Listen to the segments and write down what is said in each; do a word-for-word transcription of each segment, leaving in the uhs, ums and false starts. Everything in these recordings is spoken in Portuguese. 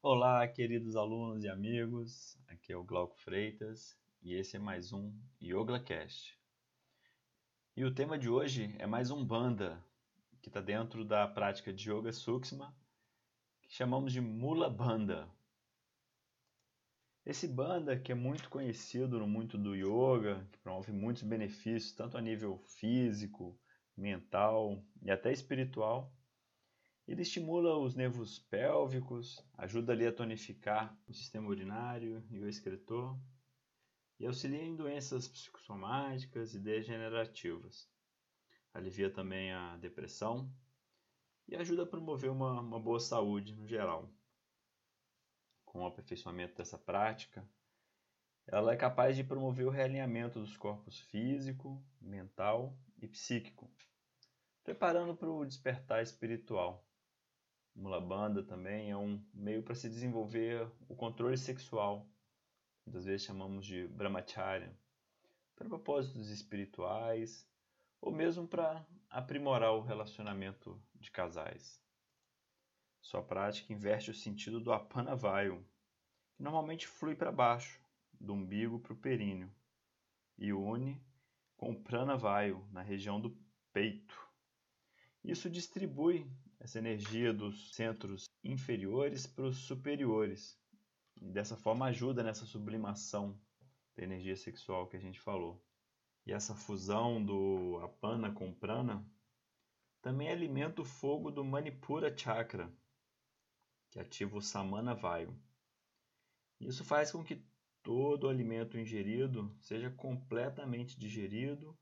Olá, queridos alunos e amigos, aqui é o Glauco Freitas e esse é mais um YogaCast. E o tema de hoje é mais um Bandha, que está dentro da prática de Yoga Sukshma, que chamamos de Mula Bandha. Esse Bandha, que é muito conhecido no mundo do Yoga, que promove muitos benefícios, tanto a nível físico, mental e até espiritual, ele estimula os nervos pélvicos, ajuda ali a tonificar o sistema urinário e o excretor e auxilia em doenças psicossomáticas e degenerativas. Alivia também a depressão e ajuda a promover uma, uma boa saúde no geral. Com o aperfeiçoamento dessa prática, ela é capaz de promover o realinhamento dos corpos físico, mental e psíquico, preparando para o despertar espiritual. Mula Bandha também é um meio para se desenvolver o controle sexual, muitas vezes chamamos de brahmacharya, para propósitos espirituais ou mesmo para aprimorar o relacionamento de casais. Sua prática inverte o sentido do apana vayu, que normalmente flui para baixo, do umbigo para o períneo, e une com o prana vayu na região do peito. Isso distribui essa energia dos centros inferiores para os superiores. E dessa forma ajuda nessa sublimação da energia sexual que a gente falou. E essa fusão do apana com prana também alimenta o fogo do Manipura Chakra, que ativa o Samana Vayu. Isso faz com que todo o alimento ingerido seja completamente digerido,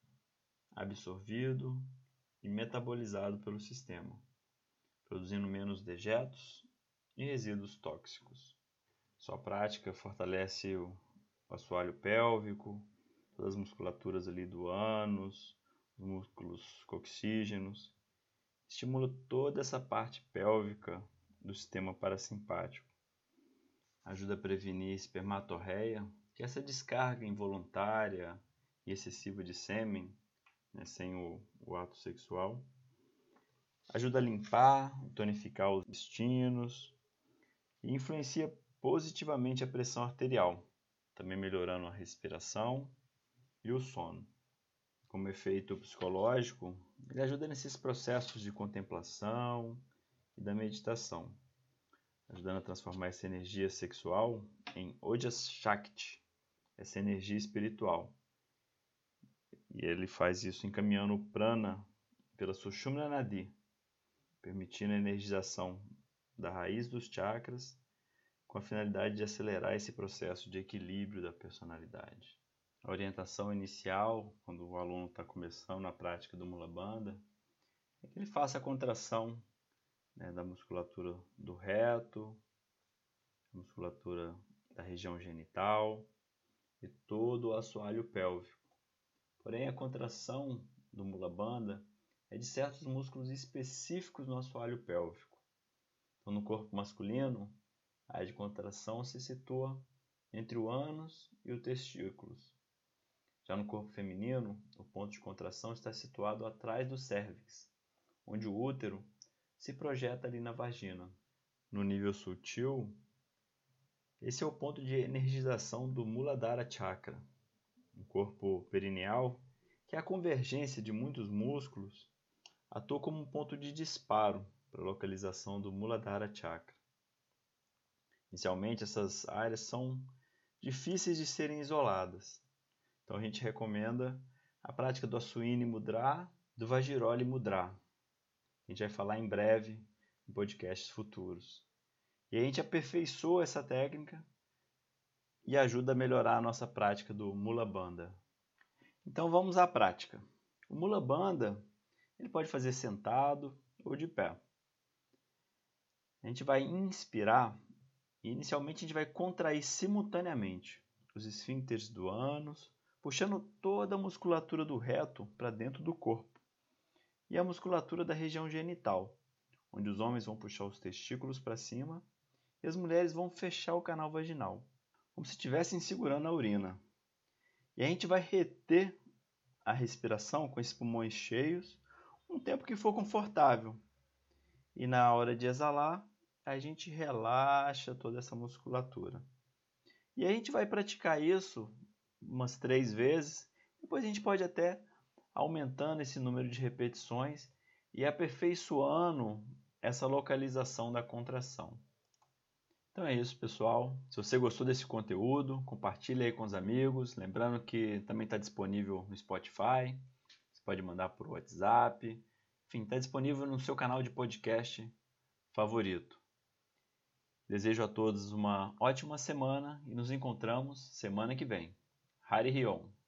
absorvido e metabolizado pelo sistema, produzindo menos dejetos e resíduos tóxicos. Sua prática fortalece o assoalho pélvico, todas as musculaturas ali do ânus, os músculos coxígenos, estimula toda essa parte pélvica do sistema parasimpático. Ajuda a prevenir espermatorreia, que é essa descarga involuntária e excessiva de sêmen, né, sem o, o ato sexual. Ajuda a limpar, tonificar os intestinos e influencia positivamente a pressão arterial, também melhorando a respiração e o sono. Como efeito psicológico, ele ajuda nesses processos de contemplação e da meditação, ajudando a transformar essa energia sexual em Ojas Shakti, essa energia espiritual. E ele faz isso encaminhando o prana pela Sushumna Nadi, permitindo a energização da raiz dos chakras, com a finalidade de acelerar esse processo de equilíbrio da personalidade. A orientação inicial, quando o aluno está começando a prática do Mula Bandha, é que ele faça a contração, né, da musculatura do reto, musculatura da região genital e todo o assoalho pélvico. Porém, a contração do Mula Bandha é de certos músculos específicos no assoalho pélvico. Então, no corpo masculino, a área de contração se situa entre o ânus e os testículos. Já no corpo feminino, o ponto de contração está situado atrás do cérvix, onde o útero se projeta ali na vagina. No nível sutil, esse é o ponto de energização do Muladhara Chakra. No corpo perineal, que é a convergência de muitos músculos, atua como um ponto de disparo para a localização do Muladhara Chakra. Inicialmente, essas áreas são difíceis de serem isoladas. Então, a gente recomenda a prática do Aswini Mudra, do Vajiroli Mudra. A gente vai falar em breve em podcasts futuros. E a gente aperfeiçoa essa técnica e ajuda a melhorar a nossa prática do Mula Bandha. Então, vamos à prática. O Mula Bandha, ele pode fazer sentado ou de pé. A gente vai inspirar e inicialmente a gente vai contrair simultaneamente os esfíncteres do ânus, puxando toda a musculatura do reto para dentro do corpo, e a musculatura da região genital, onde os homens vão puxar os testículos para cima e as mulheres vão fechar o canal vaginal, como se estivessem segurando a urina. E a gente vai reter a respiração com esses pulmões cheios, um tempo que for confortável. E na hora de exalar, a gente relaxa toda essa musculatura. E a gente vai praticar isso umas três vezes. Depois a gente pode até aumentando esse número de repetições e aperfeiçoando essa localização da contração. Então é isso, pessoal. Se você gostou desse conteúdo, compartilhe aí com os amigos. Lembrando que também está disponível no Spotify. Você pode mandar por WhatsApp. Enfim, está disponível no seu canal de podcast favorito. Desejo a todos uma ótima semana e nos encontramos semana que vem. Hari Rion.